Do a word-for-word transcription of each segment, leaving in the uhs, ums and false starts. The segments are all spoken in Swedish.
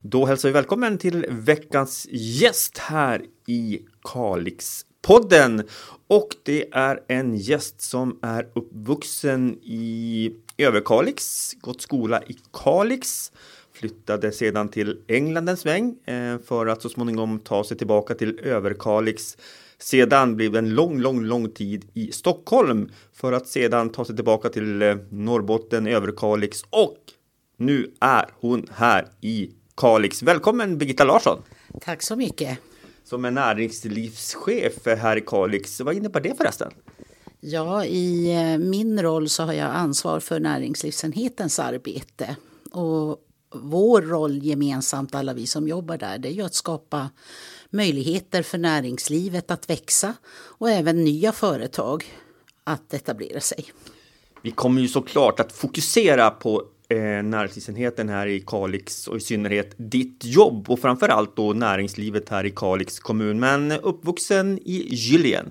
Då hälsar vi välkommen till veckans gäst här i Kalix-podden. Och det är en gäst som är uppvuxen i Överkalix, gått skola i Kalix. Flyttade sedan till England en sväng för att så småningom ta sig tillbaka till Överkalix. Sedan blev det en lång, lång, lång tid i Stockholm för att sedan ta sig tillbaka till Norrbotten, Överkalix. Och nu är hon här i Kalix. Välkommen Birgitta Larsson. Tack så mycket. Som är näringslivschef här i Kalix. Vad innebär det förresten? Ja, i min roll så har jag ansvar för näringslivsenhetens arbete. Och vår roll gemensamt, alla vi som jobbar där, det är ju att skapa möjligheter för näringslivet att växa och även nya företag att etablera sig. Vi kommer ju såklart att fokusera på eh, näringslivsenheten här i Kalix och i synnerhet ditt jobb och framförallt då näringslivet här i Kalix kommun. Men uppvuxen i Gylien.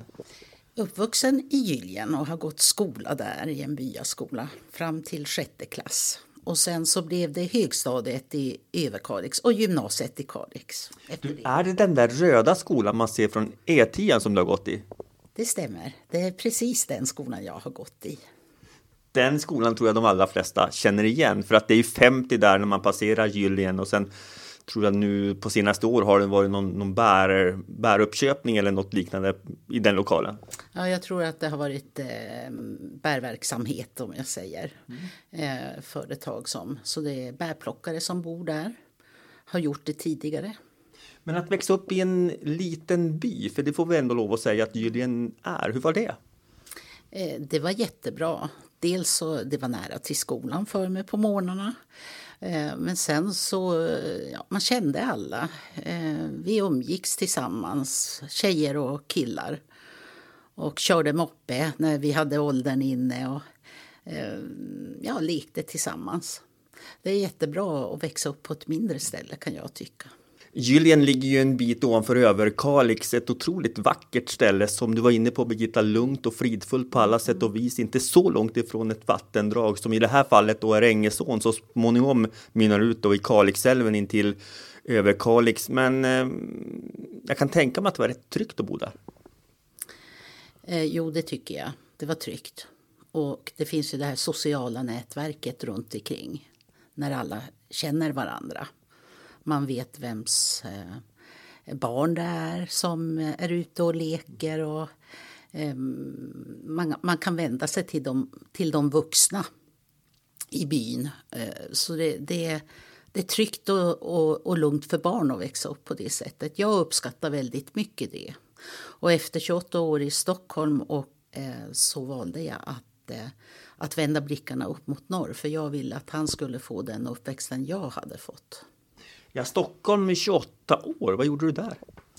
Uppvuxen i Gylien och har gått skola där i en byaskola fram till sjätte klass. Och sen så blev det högstadiet i Överkalix och gymnasiet i Kalix. Du, det. Är det den där röda skolan man ser från E tio som du har gått i? Det stämmer. Det är precis den skolan jag har gått i. Den skolan tror jag de allra flesta känner igen. För att det är femtio där när man passerar Gylien. Och sen tror jag nu på senaste år har det varit någon, någon bär, bäruppköpning eller något liknande i den lokalen. Ja, jag tror att det har varit eh, bärverksamhet om jag säger. Mm. Eh, företag som. Så det är bärplockare som bor där. Har gjort det tidigare. Men att växa upp i en liten by, för det får vi ändå lov att säga att Gylien är. Hur var det? Eh, det var jättebra. Dels så det var nära till skolan för mig på morgnarna. Eh, men sen så, ja, man kände alla. Eh, vi umgicks tillsammans, tjejer och killar. Och körde moppe när vi hade åldern inne och eh, ja, lekte tillsammans. Det är jättebra att växa upp på ett mindre ställe kan jag tycka. Gylien ligger ju en bit ovanför Överkalix, ett otroligt vackert ställe som du var inne på Birgitta, lugnt och fridfullt på alla sätt och vis, inte så långt ifrån ett vattendrag som i det här fallet då är Ängesån, så småningom mynnar ut då i Kalixälven in till Överkalix, men eh, jag kan tänka mig att det var rätt tryggt att bo där. Eh, jo, det tycker jag. Det var tryggt. Och det finns ju det här sociala nätverket runt omkring när alla känner varandra. Man vet vems eh, barn det är som är ute och leker och eh, man, man kan vända sig till de, till de vuxna i byn. Eh, så det, det, det är tryggt och, och, och lugnt för barn att växa upp på det sättet. Jag uppskattar väldigt mycket det. Och efter tjugoåtta år i Stockholm och, eh, så valde jag att, eh, att vända blickarna upp mot norr. För jag ville att han skulle få den uppväxten jag hade fått. Ja, Stockholm i tjugoåtta år. Vad gjorde du där?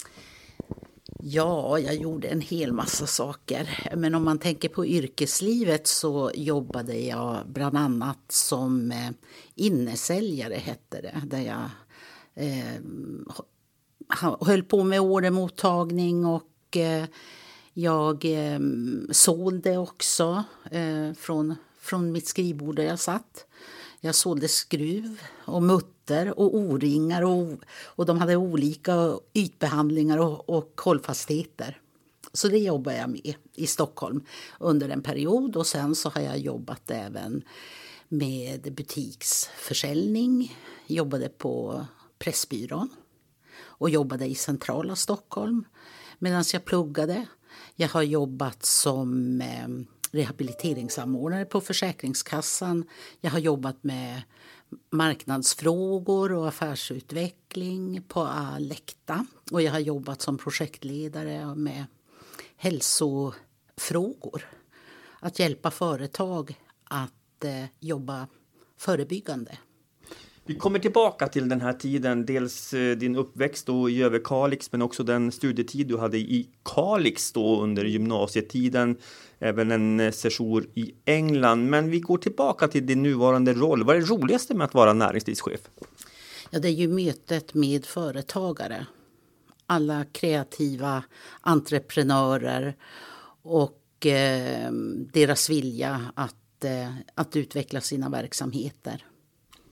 Ja, jag gjorde en hel massa saker. Men om man tänker på yrkeslivet så jobbade jag bland annat som eh, innesäljare hette det. Där jag eh, höll på med ordermottagning och eh, jag eh, sålde också eh, från, från mitt skrivbord där jag satt. Jag sålde skruv och mutter och o-ringar och, och de hade olika ytbehandlingar och, och hållfastheter. Så det jobbade jag med i Stockholm under en period och sen så har jag jobbat även med butiksförsäljning. Jobbade på Pressbyrån och jobbade i centrala Stockholm medan jag pluggade. Jag har jobbat som eh, rehabiliteringssamordnare på Försäkringskassan. Jag har jobbat med marknadsfrågor och affärsutveckling på Alekta. Och jag har jobbat som projektledare med hälsofrågor. Att hjälpa företag att eh, jobba förebyggande. Vi kommer tillbaka till den här tiden, dels din uppväxt då i Överkalix men också den studietid du hade i Kalix då under gymnasietiden, även en session i England. Men vi går tillbaka till din nuvarande roll. Vad är det roligaste med att vara näringslivschef? Ja, det är ju mötet med företagare. Alla kreativa entreprenörer och eh, deras vilja att, eh, att utveckla sina verksamheter.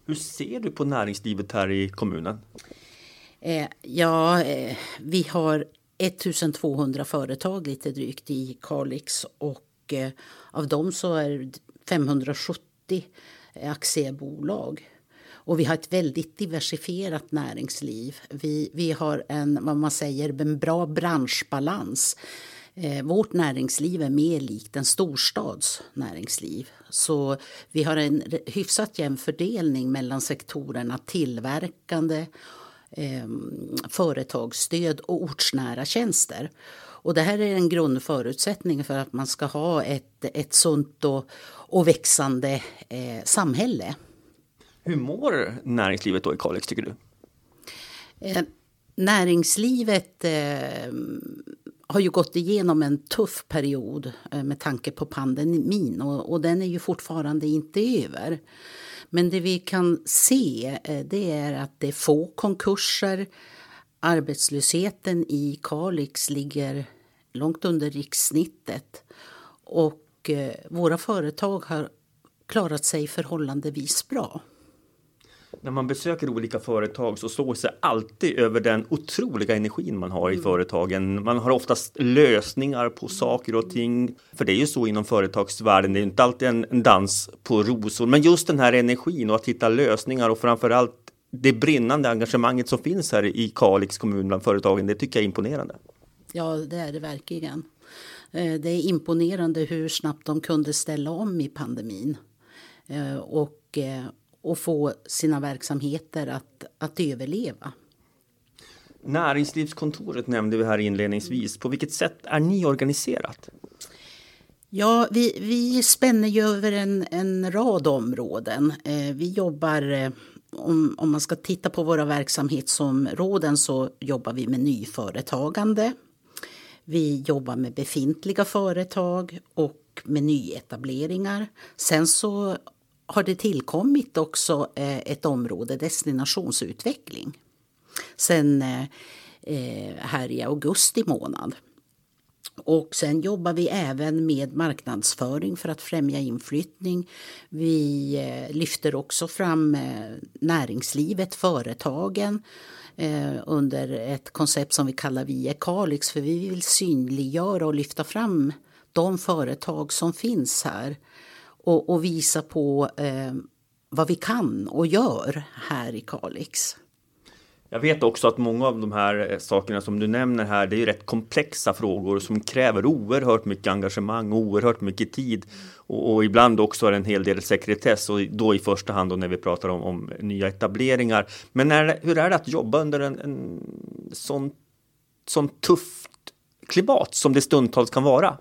Hur ser du på näringslivet här i kommunen? Eh, ja, eh, vi har ettusentvåhundra företag lite drygt i Kalix och eh, av dem så är femhundrasjuttio aktiebolag. Och vi har ett väldigt diversifierat näringsliv. Vi, vi har en, vad man säger, en bra branschbalans. Eh, vårt näringsliv är mer likt en storstads näringsliv. Så vi har en hyfsat jämn fördelning mellan sektorerna tillverkande, eh, företagsstöd och ortsnära tjänster. Och det här är en grundförutsättning för att man ska ha ett, ett sunt och, och växande eh, samhälle. Hur mår näringslivet då i Kalix tycker du? Eh, näringslivet eh, har ju gått igenom en tuff period eh, med tanke på pandemin och, och den är ju fortfarande inte över. Men det vi kan se eh, det är att det är få konkurser. Arbetslösheten i Kalix ligger långt under rikssnittet och eh, våra företag har klarat sig förhållandevis bra. När man besöker olika företag så slår sig alltid över den otroliga energin man har i mm. företagen. Man har oftast lösningar på saker och ting. För det är ju så inom företagsvärlden, det är inte alltid en, en dans på rosor. Men just den här energin och att hitta lösningar och framförallt det brinnande engagemanget som finns här i Kalix kommun bland företagen, det tycker jag är imponerande. Ja, det är det verkligen. Det är imponerande hur snabbt de kunde ställa om i pandemin. Och... och få sina verksamheter att, att överleva. Näringslivskontoret nämnde vi här inledningsvis. På vilket sätt är ni organiserat? Ja, vi, vi spänner ju över en, en rad områden. Eh, vi jobbar, eh, om, om man ska titta på våra verksamhetsområden så jobbar vi med nyföretagande. Vi jobbar med befintliga företag och med nyetableringar. Sen så har det tillkommit också ett område, destinationsutveckling, sen eh, här i augusti månad. Och sen jobbar vi även med marknadsföring för att främja inflyttning. Vi eh, lyfter också fram eh, näringslivet, företagen eh, under ett koncept som vi kallar Vi är Kalix, för vi vill synliggöra och lyfta fram de företag som finns här. Och, och visa på eh, vad vi kan och gör här i Kalix. Jag vet också att många av de här sakerna som du nämner här, det är ju rätt komplexa frågor som kräver oerhört mycket engagemang, oerhört mycket tid och, och ibland också en hel del sekretess och då i första hand då när vi pratar om, om nya etableringar. Men är, hur är det att jobba under en, en sån, sån tufft klimat som det stundtals kan vara?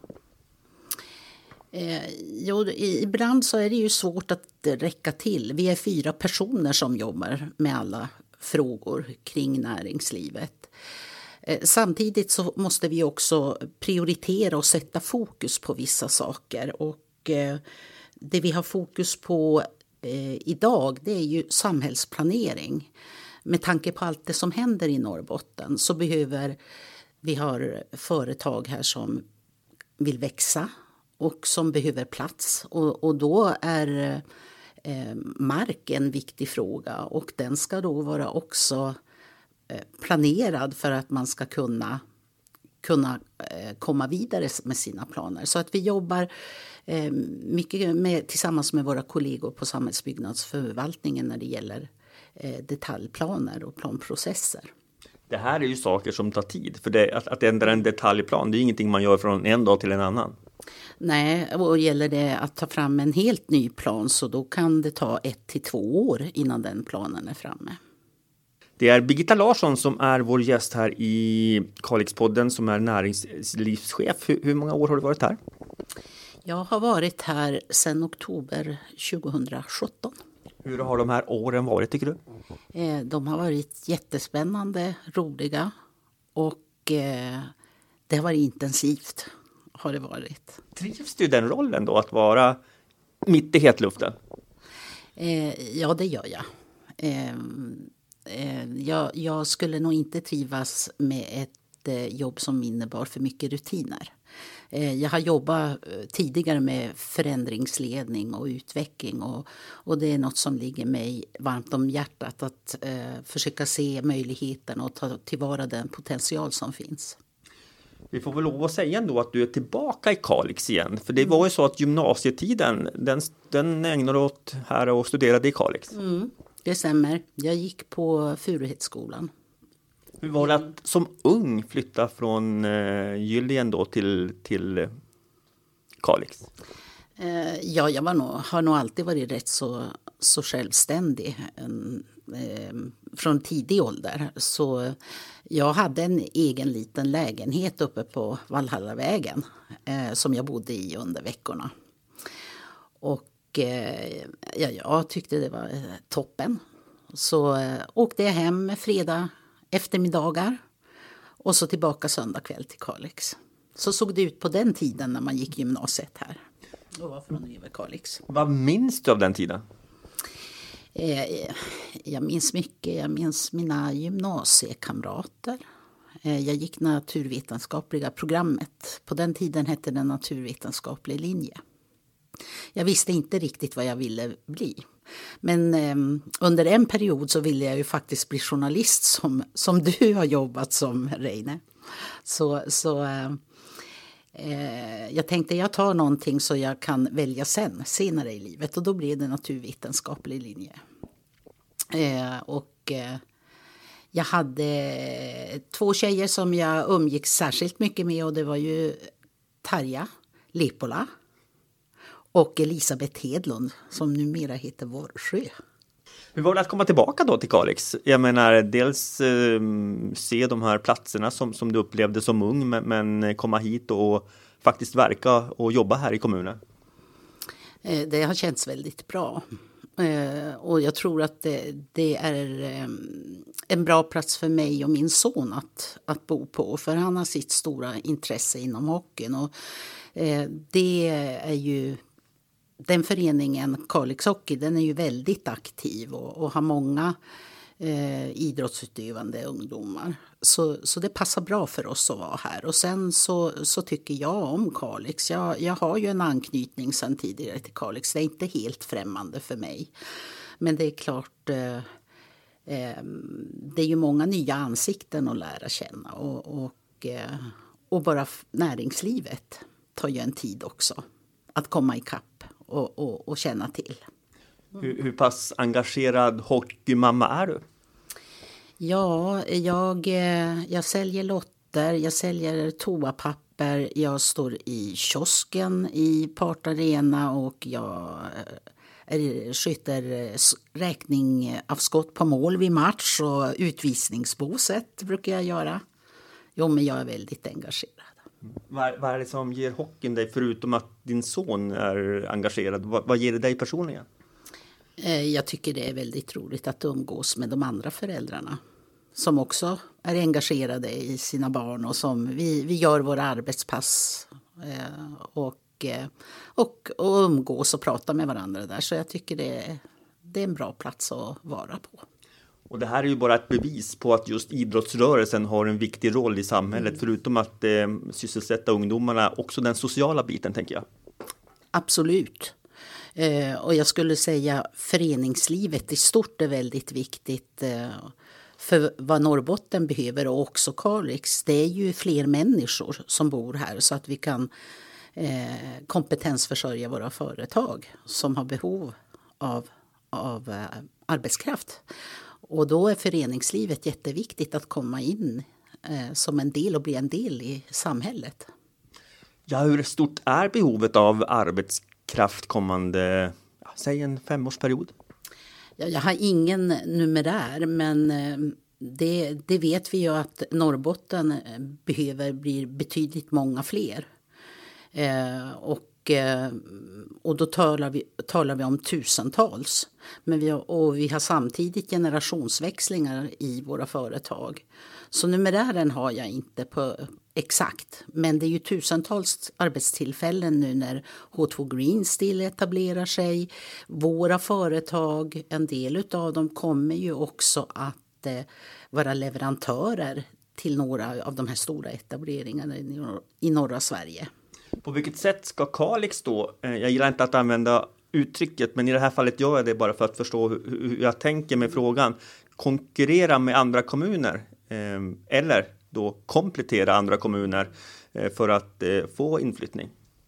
Eh, jo, ibland så är det ju svårt att räcka till. Vi är fyra personer som jobbar med alla frågor kring näringslivet. Eh, samtidigt så måste vi också prioritera och sätta fokus på vissa saker. Och eh, det vi har fokus på eh, idag det är ju samhällsplanering. Med tanke på allt det som händer i Norrbotten så behöver vi ha företag här som vill växa och som behöver plats. Och, och då är eh, mark en viktig fråga och den ska då vara också eh, planerad för att man ska kunna, kunna eh, komma vidare med sina planer. Så att vi jobbar eh, mycket med, tillsammans med våra kollegor på samhällsbyggnadsförvaltningen när det gäller eh, detaljplaner och planprocesser. Det här är ju saker som tar tid. För det, att, att ändra en detaljplan, det är ingenting man gör från en dag till en annan. Nej, och gäller det att ta fram en helt ny plan så då kan det ta ett till två år innan den planen är framme. Det är Birgitta Larsson som är vår gäst här i Kalixpodden som är näringslivschef. Hur, hur många år har du varit här? Jag har varit här sedan oktober tjugohundrasjutton. Hur har de här åren varit tycker du? De har varit jättespännande, roliga och det har varit intensivt. Har det varit. Trivs du den rollen då att vara mitt i hetluften? Eh, ja, det gör jag. Eh, eh, jag. Jag skulle nog inte trivas med ett eh, jobb som innebar för mycket rutiner. Jag har jobbat tidigare med förändringsledning och utveckling och, och det är något som ligger mig varmt om hjärtat att eh, försöka se möjligheten och ta tillvara den potential som finns. Vi får väl lov att säga ändå att du är tillbaka i Kalix igen. För det var ju så att gymnasietiden, den, den ägnade du åt här och studerade i Kalix. Mm, det stämmer. Jag gick på Furuhetsskolan. Hur var det att som ung flytta från eh, Gyllien då till, till Kalix? Eh, ja, jag var nog, har nog alltid varit rätt så, så självständig eh, från tidig ålder. Så jag hade en egen liten lägenhet uppe på Valhallavägen eh, som jag bodde i under veckorna. Och eh, ja, jag tyckte det var eh, toppen. Så eh, åkte jag hem fredag eftermiddagar och så tillbaka söndag kväll till Kalix. Så såg det ut på den tiden när man gick gymnasiet här. Och var från Överkalix. Vad minns du av den tiden? Eh, jag minns mycket. Jag minns mina gymnasiekamrater. Eh, jag gick naturvetenskapliga programmet. På den tiden hette det naturvetenskaplig linje. Jag visste inte riktigt vad jag ville bli. Men eh, under en period så ville jag ju faktiskt bli journalist som, som du har jobbat som, Reine. Så, så eh, eh, jag tänkte jag tar någonting så jag kan välja sen, senare i livet. Och då blev det naturvetenskaplig linje. Eh, och eh, jag hade två tjejer som jag umgick särskilt mycket med. Och det var ju Tarja Lepola och Elisabeth Hedlund som numera heter Vorsjö. Hur var det att komma tillbaka då till Kalix? Jag menar, dels eh, se de här platserna som, som du upplevde som ung, men, men komma hit och faktiskt verka och jobba här i kommunen. Eh, det har känts väldigt bra. Eh, och jag tror att det, det är eh, en bra plats för mig och min son att, att bo på. För han har sitt stora intresse inom hockeyn. Och eh, det är ju... Den föreningen, Kalix Hockey, den är ju väldigt aktiv och, och har många eh, idrottsutövande ungdomar. Så, så det passar bra för oss att vara här. Och sen så, så tycker jag om Kalix. Jag, jag har ju en anknytning sedan tidigare till Kalix. Det är inte helt främmande för mig. Men det är klart, eh, eh, det är ju många nya ansikten att lära känna. Och, och, eh, och bara näringslivet tar ju en tid också att komma ikapp. Och, och, och känna till. Hur, hur pass engagerad hockeymamma är du? Ja, jag, jag säljer lotter, jag säljer toapapper, jag står i kiosken i Part Arena och jag är, sköter räkning av skott på mål vid match och utvisningsboset brukar jag göra. Jo, men jag är väldigt engagerad. Vad, vad är det som ger hockeyn dig, förutom att din son är engagerad? Vad, vad ger det dig personligen? Jag tycker det är väldigt roligt att umgås med de andra föräldrarna. Som också är engagerade i sina barn och som vi, vi gör våra arbetspass. Och, och, och umgås och prata med varandra där. Så jag tycker det, det är en bra plats att vara på. Och det här är ju bara ett bevis på att just idrottsrörelsen har en viktig roll i samhället. Mm. Förutom att eh, sysselsätta ungdomarna, också den sociala biten, tänker jag. Absolut. Eh, och jag skulle säga föreningslivet i stort är väldigt viktigt. Eh, för vad Norrbotten behöver och också Kalix, det är ju fler människor som bor här. Så att vi kan eh, kompetensförsörja våra företag som har behov av, av eh, arbetskraft. Och då är föreningslivet jätteviktigt att komma in eh, som en del och bli en del i samhället. Ja, hur stort är behovet av arbetskraft kommande, ja, säg en femårsperiod? Ja, jag har ingen numerär, men eh, det, det vet vi ju att Norrbotten behöver bli betydligt många fler. Eh, och Och då talar vi, talar vi om tusentals. Men vi har, och vi har samtidigt generationsväxlingar i våra företag. Så numerären har jag inte på exakt. Men det är ju tusentals arbetstillfällen nu när H två Green Steel etablerar sig. Våra företag, en del av dem kommer ju också att eh, vara leverantörer till några av de här stora etableringarna i norra Sverige. På vilket sätt ska Kalix då, jag gillar inte att använda uttrycket, men i det här fallet gör jag det bara för att förstå hur, hur jag tänker med frågan, konkurrera med andra kommuner eh, eller då komplettera andra kommuner eh, för att eh, få inflyttning?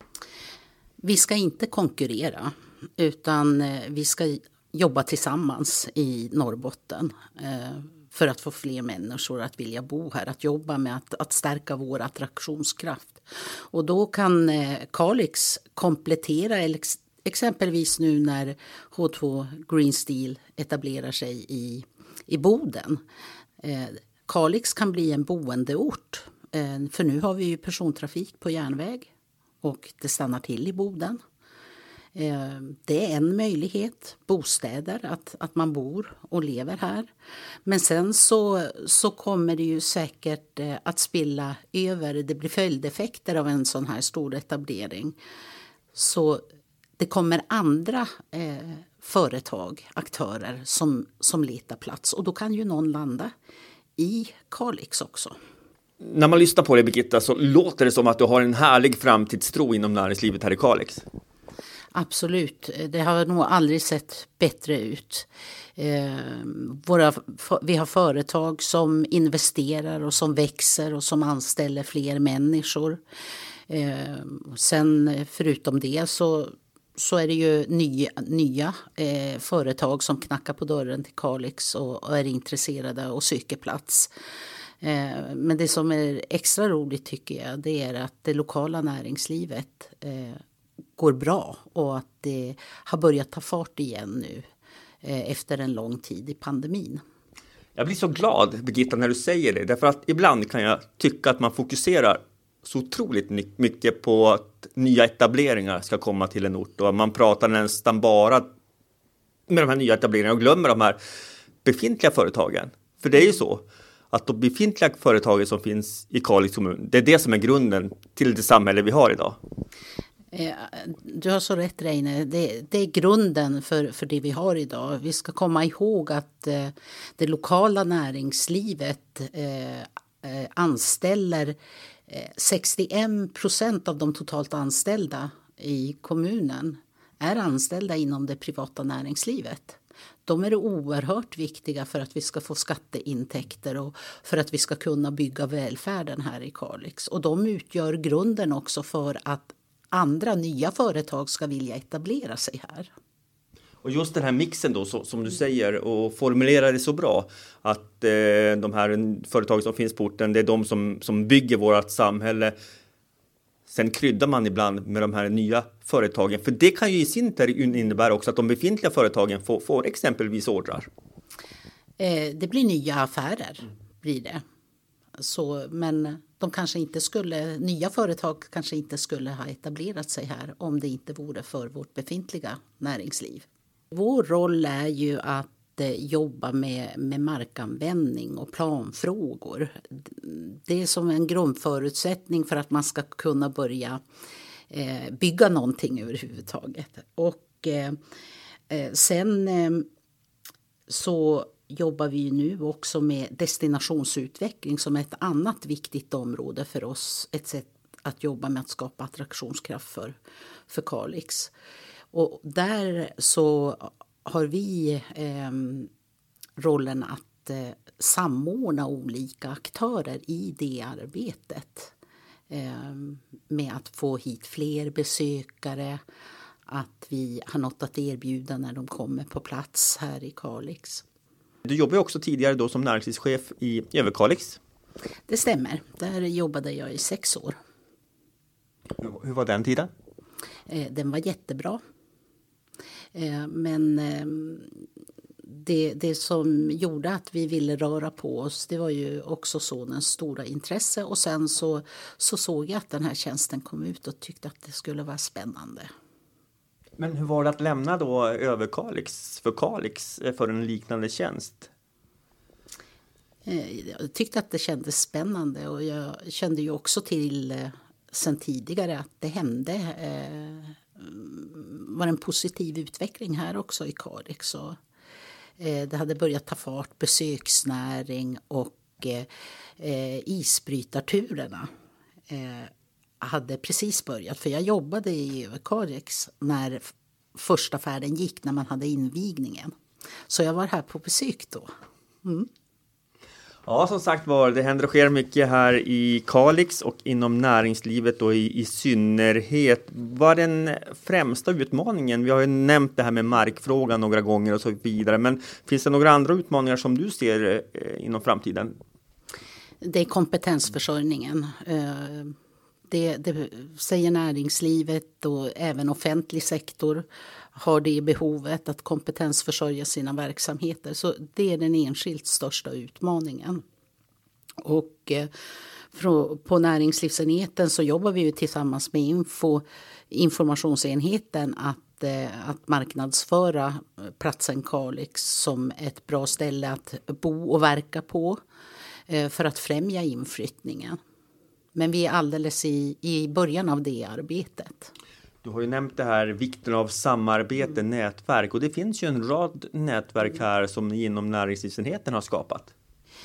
Vi ska inte konkurrera, utan eh, vi ska jobba tillsammans i Norrbotten eh, för att få fler människor att vilja bo här, att jobba med att, att stärka vår attraktionskraft. Och då kan eh, Kalix komplettera ex- exempelvis nu när H två Green Steel etablerar sig i, i Boden. Eh, Kalix kan bli en boendeort, eh, för nu har vi ju persontrafik på järnväg och det stannar till i Boden. Eh, det är en möjlighet, bostäder, att, att man bor och lever här. Men sen så, så kommer det ju säkert eh, att spilla över, det blir följdeffekter av en sån här stor etablering. Så det kommer andra eh, företag, aktörer som, som letar plats, och då kan ju någon landa i Kalix också. När man lyssnar på dig, Birgitta, så låter det som att du har en härlig framtidstro inom näringslivet här i Kalix. Absolut, det har nog aldrig sett bättre ut. Eh, våra, vi har företag som investerar och som växer och som anställer fler människor. Eh, sen förutom det så, så är det ju ny, nya eh, företag som knackar på dörren till Kalix och, och är intresserade och söker plats. Eh, men det som är extra roligt tycker jag, det är att det lokala näringslivet eh, går bra och att det har börjat ta fart igen nu eh, efter en lång tid i pandemin. Jag blir så glad, Birgitta, när du säger det. Därför att ibland kan jag tycka att man fokuserar så otroligt mycket på att nya etableringar ska komma till en ort. Och man pratar nästan bara med de här nya etableringarna och glömmer de här befintliga företagen. För det är ju så att de befintliga företagen som finns i Kalix kommun, det är det som är grunden till det samhälle vi har idag. Du har så rätt, Reine. Det, det är grunden för, för det vi har idag. Vi ska komma ihåg att eh, det lokala näringslivet eh, eh, anställer eh, sextioen procent av de totalt anställda i kommunen är anställda inom det privata näringslivet. De är oerhört viktiga för att vi ska få skatteintäkter och för att vi ska kunna bygga välfärden här i Kalix. Och de utgör grunden också för att andra nya företag ska vilja etablera sig här. Och just den här mixen då, så, som du säger och formulerar det så bra, att eh, de här företag som finns på orten, det är de som, som bygger vårt samhälle. Sen kryddar man ibland med de här nya företagen, för det kan ju i sin tur innebära också att de befintliga företagen får, får exempelvis ordrar. Eh, det blir nya affärer, blir det. Så, men de kanske inte skulle, nya företag kanske inte skulle ha etablerat sig här om det inte vore för vårt befintliga näringsliv. Vår roll är ju att eh, jobba med, med markanvändning och planfrågor. Det är som en grundförutsättning för att man ska kunna börja eh, bygga någonting överhuvudtaget. Och eh, sen eh, så jobbar vi nu också med destinationsutveckling som är ett annat viktigt område för oss. Ett sätt att jobba med att skapa attraktionskraft för, för Kalix. Och där så har vi eh, rollen att eh, samordna olika aktörer i det arbetet. Eh, med att få hit fler besökare, att vi har något att erbjuda när de kommer på plats här i Kalix. Du jobbade också tidigare då som näringslivschef i Överkalix. Det stämmer. Där jobbade jag i sex år. Hur var den tiden? Eh, den var jättebra. Eh, men eh, det, det som gjorde att vi ville röra på oss, det var ju också sonens stora intresse. Och sen så, så såg jag att den här tjänsten kom ut och tyckte att det skulle vara spännande. Men hur var det att lämna då Överkalix för Kalix för en liknande tjänst? Jag tyckte att det kändes spännande och jag kände ju också till sen tidigare att det hände eh, var en positiv utveckling här också i Kalix. Och, eh, det hade börjat ta fart, besöksnäring och eh, isbrytarturerna eh, hade precis börjat. För jag jobbade i Överkalix när första färden gick, när man hade invigningen. Så jag var här på besök då. Mm. Ja, som sagt var, det händer och sker mycket här i Kalix och inom näringslivet och i, i synnerhet. Vad är den främsta utmaningen? Vi har ju nämnt det här med markfrågan några gånger och så vidare. Men finns det några andra utmaningar som du ser eh, inom framtiden? Det är kompetensförsörjningen. Eh, det, det säger näringslivet och även offentlig sektor har det behovet att kompetensförsörja sina verksamheter. Så det är den enskilt största utmaningen. Och eh, på näringslivsenheten så jobbar vi ju tillsammans med info, informationsenheten att, eh, att marknadsföra platsen Kalix som ett bra ställe att bo och verka på eh, för att främja inflyttningen. Men vi är alldeles i, i början av det arbetet. Du har ju nämnt det här, vikten av samarbete, mm. nätverk. Och det finns ju en rad nätverk här som ni inom näringslivsenheten har skapat.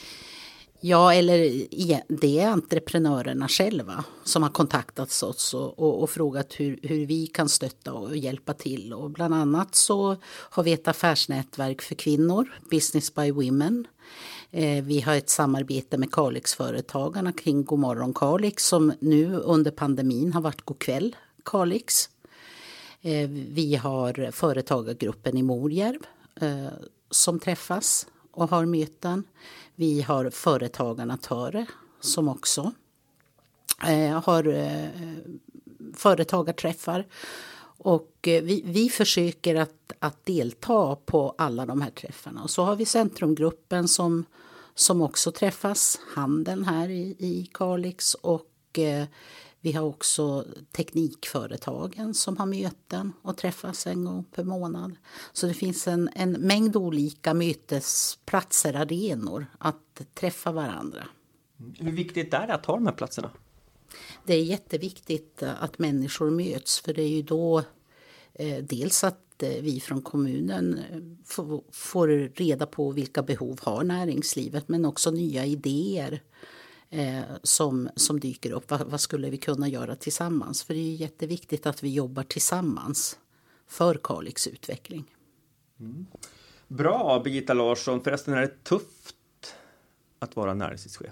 Ja, eller det är entreprenörerna själva som har kontaktat oss och, och, och frågat hur, hur vi kan stötta och hjälpa till. Och bland annat så har vi ett affärsnätverk för kvinnor, Business by Women. Eh, vi har ett samarbete med Kalixföretagarna kring Godmorgon Kalix som nu under pandemin har varit Godkväll Kalix. Eh, vi har företagargruppen i Morjärv eh, som träffas och har möten. Vi har Företagarna Töre som också eh, har eh, företagarträffar. Och eh, vi, vi försöker att, att delta på alla de här träffarna. Och så har vi Centrumgruppen som, som också träffas, handeln här i, i Kalix. Och eh, vi har också teknikföretagen som har möten och träffas en gång per månad. Så det finns en, en mängd olika mötesplatser, arenor att träffa varandra. Hur viktigt är det att ha de här platserna? Det är jätteviktigt att människor möts, för det är ju då eh, dels att eh, vi från kommunen får, får reda på vilka behov har näringslivet, men också nya idéer eh, som, som dyker upp. Vad, vad skulle vi kunna göra tillsammans? För det är ju jätteviktigt att vi jobbar tillsammans för Kalix utveckling. Mm. Bra, Birgitta Larsson. Förresten, är det tufft att vara näringslivschef?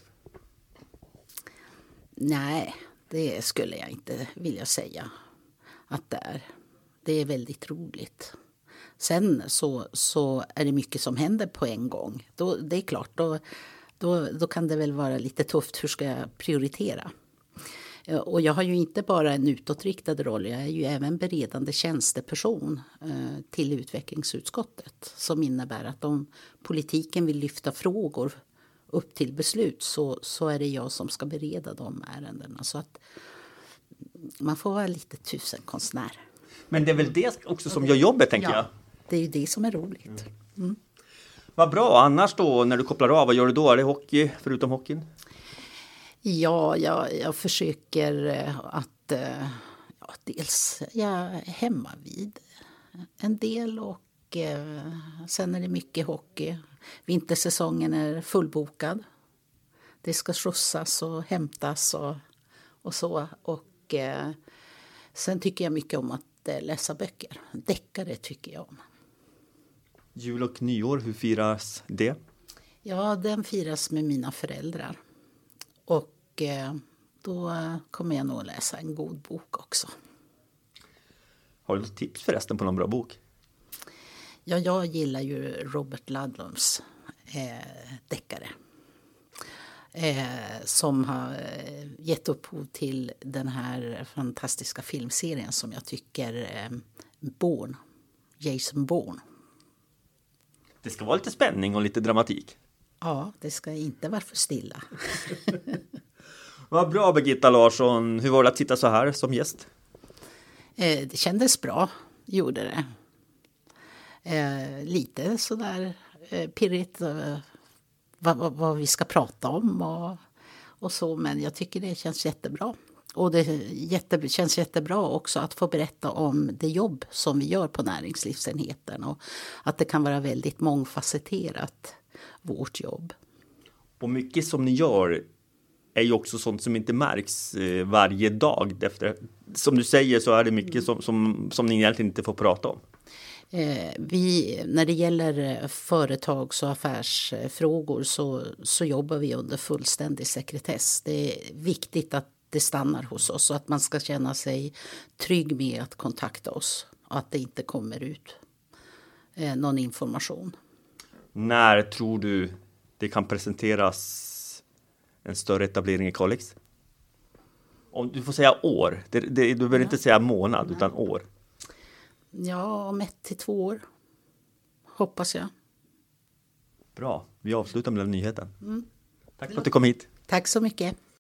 Nej, det skulle jag inte vilja säga att det är. Det är väldigt roligt. Sen så, så är det mycket som händer på en gång. Då, det är klart, då, då, då kan det väl vara lite tufft. Hur ska jag prioritera? Och jag har ju inte bara en utåtriktad roll. Jag är ju även beredande tjänsteperson eh, till utvecklingsutskottet. Som innebär att om politiken vill lyfta frågor upp till beslut så, så är det jag som ska bereda de ärendena. Så att man får vara lite tusenkonstnär. Men det är väl det också som gör jobbet, tänker ja, jag. Det är ju det som är roligt. Mm. Vad bra. Annars då, när du kopplar av, vad gör du då? Är det hockey förutom hockeyn? Ja, jag, jag försöker att ja, dels jag är hemma vid en del och eh, sen är det mycket hockey. Vintersäsongen är fullbokad. Det ska skjutsas och hämtas och, och så. Och eh, sen tycker jag mycket om att eh, läsa böcker. Deckare tycker jag om. Jul och nyår, hur firas det? Ja, den firas med mina föräldrar. Och eh, då kommer jag nog läsa en god bok också. Har du något tips förresten på någon bra bok? Ja, jag gillar ju Robert Ludlums eh, deckare. Eh, som har eh, gett upphov till den här fantastiska filmserien som jag tycker eh, Bourne, Jason Bourne. Det ska vara lite spänning och lite dramatik. Ja, det ska inte vara för stilla. Vad bra, Birgitta Larsson. Hur var det att sitta så här som gäst? Eh, det kändes bra, gjorde det. Eh, lite sådär eh, pirrigt eh, vad, vad, vad vi ska prata om och, och så. Men jag tycker det känns jättebra. Och det jätte, känns jättebra också att få berätta om det jobb som vi gör på näringslivsenheten. Och att det kan vara väldigt mångfacetterat, vårt jobb. Och mycket som ni gör är ju också sånt som inte märks eh, varje dag. Efter, som du säger så är det mycket som, som, som ni egentligen inte får prata om. Eh, vi, när det gäller företags- och affärsfrågor så, så jobbar vi under fullständig sekretess. Det är viktigt att det stannar hos oss och att man ska känna sig trygg med att kontakta oss. Och att det inte kommer ut eh, någon information. När tror du det kan presenteras en större etablering i Kalix? Om du får säga år. Det, det, du behöver ja. inte säga månad, Nej. utan år. Ja, om ett till två år. Hoppas jag. Bra. Vi avslutar med den nyheten. Mm. Tack för att du kom hit. Tack så mycket.